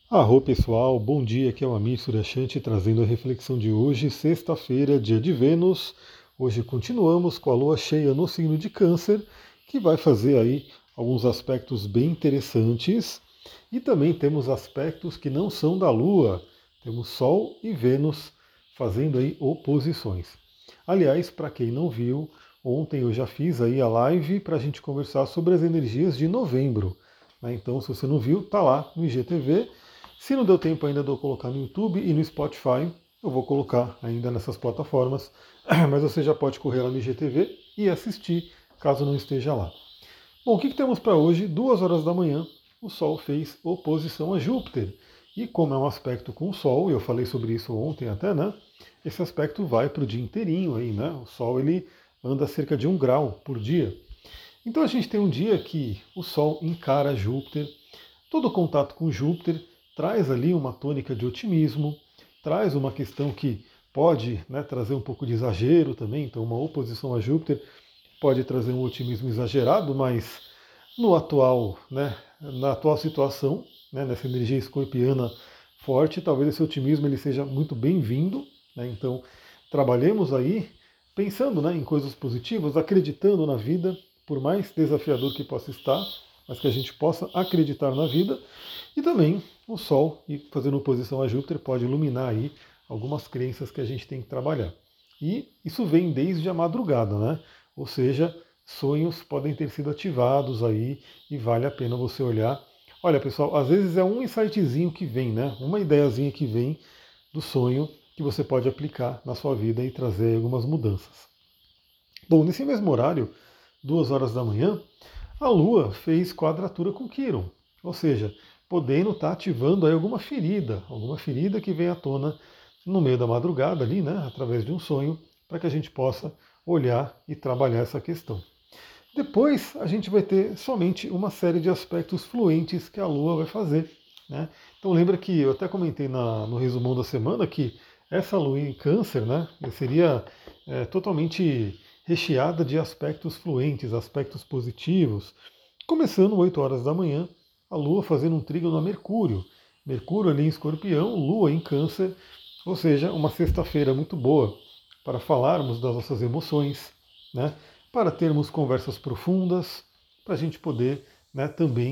Arro pessoal, bom dia, aqui é o Amir Suryashanti trazendo a reflexão de hoje, sexta-feira, dia de Vênus. Hoje continuamos com a lua cheia no signo de Câncer, que vai fazer aí alguns aspectos bem interessantes. E também temos aspectos que não são da lua, temos Sol e Vênus fazendo aí oposições. Aliás, para quem não viu, ontem eu já fiz aí a live para a gente conversar sobre as energias de novembro, né? Então, se você não viu, tá lá no IGTV. Se não deu tempo ainda de eu colocar no YouTube e no Spotify, eu vou colocar ainda nessas plataformas, mas você já pode correr lá no IGTV e assistir, caso não esteja lá. Bom, o que temos para hoje? 2 horas da manhã, o Sol fez oposição a Júpiter. E como é um aspecto com o Sol, eu falei sobre isso ontem até, né? Esse aspecto vai para o dia inteirinho aí, né? O Sol ele anda cerca de 1 grau por dia. Então a gente tem um dia que o Sol encara Júpiter, todo contato com Júpiter traz ali uma tônica de otimismo, traz uma questão que pode, né, trazer um pouco de exagero também, então uma oposição a Júpiter pode trazer um otimismo exagerado, mas no atual, né, na atual situação, né, nessa energia escorpiana forte, talvez esse otimismo ele seja muito bem-vindo, né, então trabalhemos aí pensando, né, em coisas positivas, acreditando na vida, por mais desafiador que possa estar, mas que a gente possa acreditar na vida. E também o Sol, fazendo oposição a Júpiter, pode iluminar aí algumas crenças que a gente tem que trabalhar. E isso vem desde a madrugada, né? Ou seja, sonhos podem ter sido ativados aí e vale a pena você olhar. Olha, pessoal, às vezes é um insightzinho que vem, né? Uma ideiazinha que vem do sonho que você pode aplicar na sua vida e trazer algumas mudanças. Bom, nesse mesmo horário, 2 horas da manhã, a Lua fez quadratura com Quiron, ou seja, podendo estar ativando aí alguma ferida que vem à tona no meio da madrugada ali, né, através de um sonho, para que a gente possa olhar e trabalhar essa questão. Depois a gente vai ter somente uma série de aspectos fluentes que a Lua vai fazer, né? Então lembra que eu até comentei no resumão da semana que essa Lua em Câncer, né, seria totalmente recheada de aspectos fluentes, aspectos positivos, começando 8 horas da manhã, a Lua fazendo um trígono a Mercúrio. Mercúrio ali em Escorpião, Lua em Câncer, ou seja, uma sexta-feira muito boa para falarmos das nossas emoções, né? Para termos conversas profundas, para a gente poder, né, também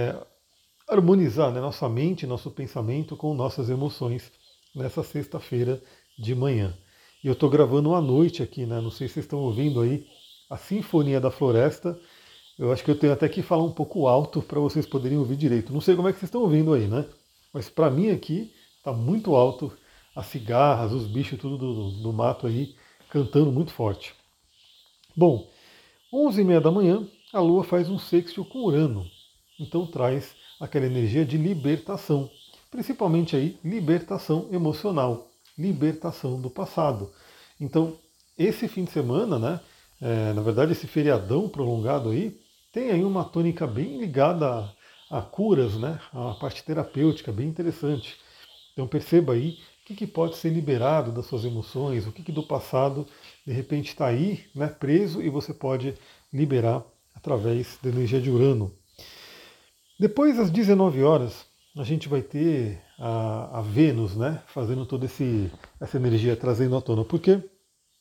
harmonizar, né, nossa mente, nosso pensamento com nossas emoções nessa sexta-feira de manhã. E eu estou gravando à noite aqui, né? Não sei se vocês estão ouvindo aí a Sinfonia da Floresta. Eu acho que eu tenho até que falar um pouco alto para vocês poderem ouvir direito. Não sei como é que vocês estão ouvindo aí, né? Mas para mim aqui está muito alto, as cigarras, os bichos tudo do mato aí cantando muito forte. Bom, 11h30 da manhã, a Lua faz um sextil com Urano. Então traz aquela energia de libertação, principalmente aí libertação emocional, libertação do passado. Então esse fim de semana, né, na verdade esse feriadão prolongado aí, tem aí uma tônica bem ligada a curas, né, a parte terapêutica bem interessante. Então perceba aí o que pode ser liberado das suas emoções, o que do passado de repente está aí, né, preso e você pode liberar através da energia de Urano. Depois, às 19 horas, a gente vai ter a Vênus, né, fazendo toda essa energia, trazendo à tona. Por quê?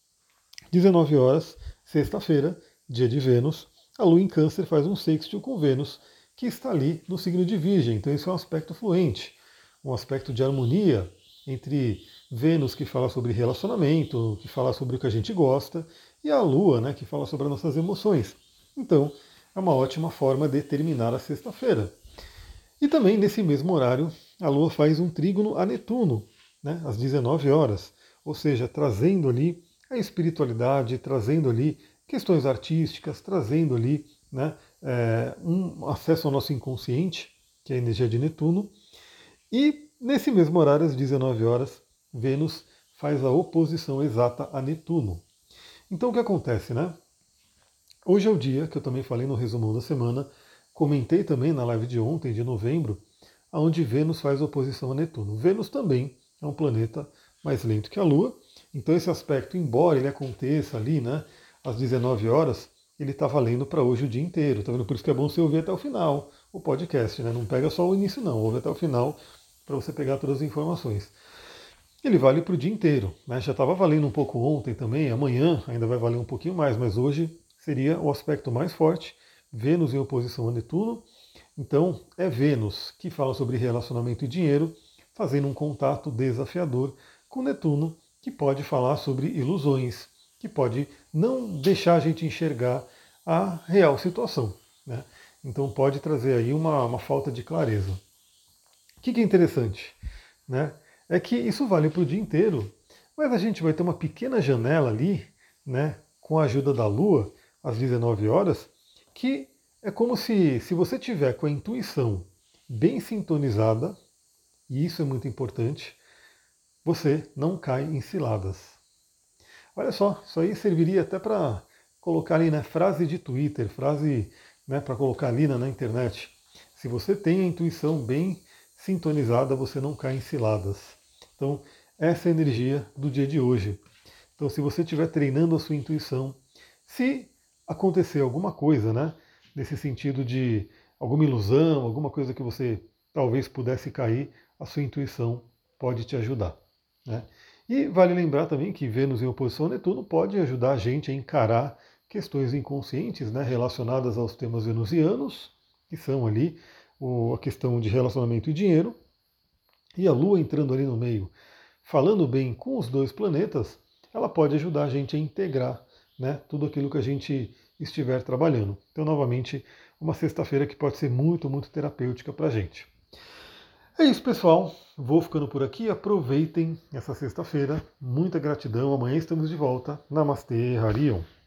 19 horas, sexta-feira, dia de Vênus, a Lua em Câncer faz um sextil com Vênus, que está ali no signo de Virgem. Então, isso é um aspecto fluente, um aspecto de harmonia entre Vênus, que fala sobre relacionamento, que fala sobre o que a gente gosta, e a Lua, né, que fala sobre as nossas emoções. Então, é uma ótima forma de terminar a sexta-feira. E também, nesse mesmo horário, a Lua faz um trígono a Netuno, né, às 19 horas, ou seja, trazendo ali a espiritualidade, trazendo ali questões artísticas, trazendo ali, né, um acesso ao nosso inconsciente, que é a energia de Netuno. E nesse mesmo horário, às 19 horas, Vênus faz a oposição exata a Netuno. Então o que acontece, né? Hoje é o dia que eu também falei no resumão da semana, comentei também na live de ontem, de novembro, onde Vênus faz oposição a Netuno. Vênus também é um planeta mais lento que a Lua, então esse aspecto, embora ele aconteça ali, né, às 19 horas, ele está valendo para hoje o dia inteiro, tá vendo? Por isso que é bom você ouvir até o final o podcast, né? Não pega só o início não, ouve até o final, para você pegar todas as informações. Ele vale para o dia inteiro, né? Já estava valendo um pouco ontem também, amanhã ainda vai valer um pouquinho mais, mas hoje seria o aspecto mais forte, Vênus em oposição a Netuno. Então é Vênus que fala sobre relacionamento e dinheiro, fazendo um contato desafiador com Netuno, que pode falar sobre ilusões, que pode não deixar a gente enxergar a real situação, né? Então pode trazer aí uma falta de clareza. O que é interessante, né? É que isso vale para o dia inteiro, mas a gente vai ter uma pequena janela ali, né, com a ajuda da Lua, às 19 horas, que é como se você tiver com a intuição bem sintonizada, e isso é muito importante, você não cai em ciladas. Olha só, isso aí serviria até para colocar ali, né, frase de Twitter, frase, né, para colocar ali na internet. Se você tem a intuição bem sintonizada, você não cai em ciladas. Então, essa é a energia do dia de hoje. Então, se você estiver treinando a sua intuição, se acontecer alguma coisa, né, nesse sentido de alguma ilusão, alguma coisa que você talvez pudesse cair, a sua intuição pode te ajudar, né? E vale lembrar também que Vênus em oposição a Netuno pode ajudar a gente a encarar questões inconscientes, né, relacionadas aos temas venusianos, que são ali a questão de relacionamento e dinheiro, e a Lua entrando ali no meio, falando bem com os dois planetas, ela pode ajudar a gente a integrar, né, tudo aquilo que a gente estiver trabalhando. Então, novamente, uma sexta-feira que pode ser muito, muito terapêutica para a gente. É isso, pessoal. Vou ficando por aqui. Aproveitem essa sexta-feira. Muita gratidão. Amanhã estamos de volta. Namastê, Harion.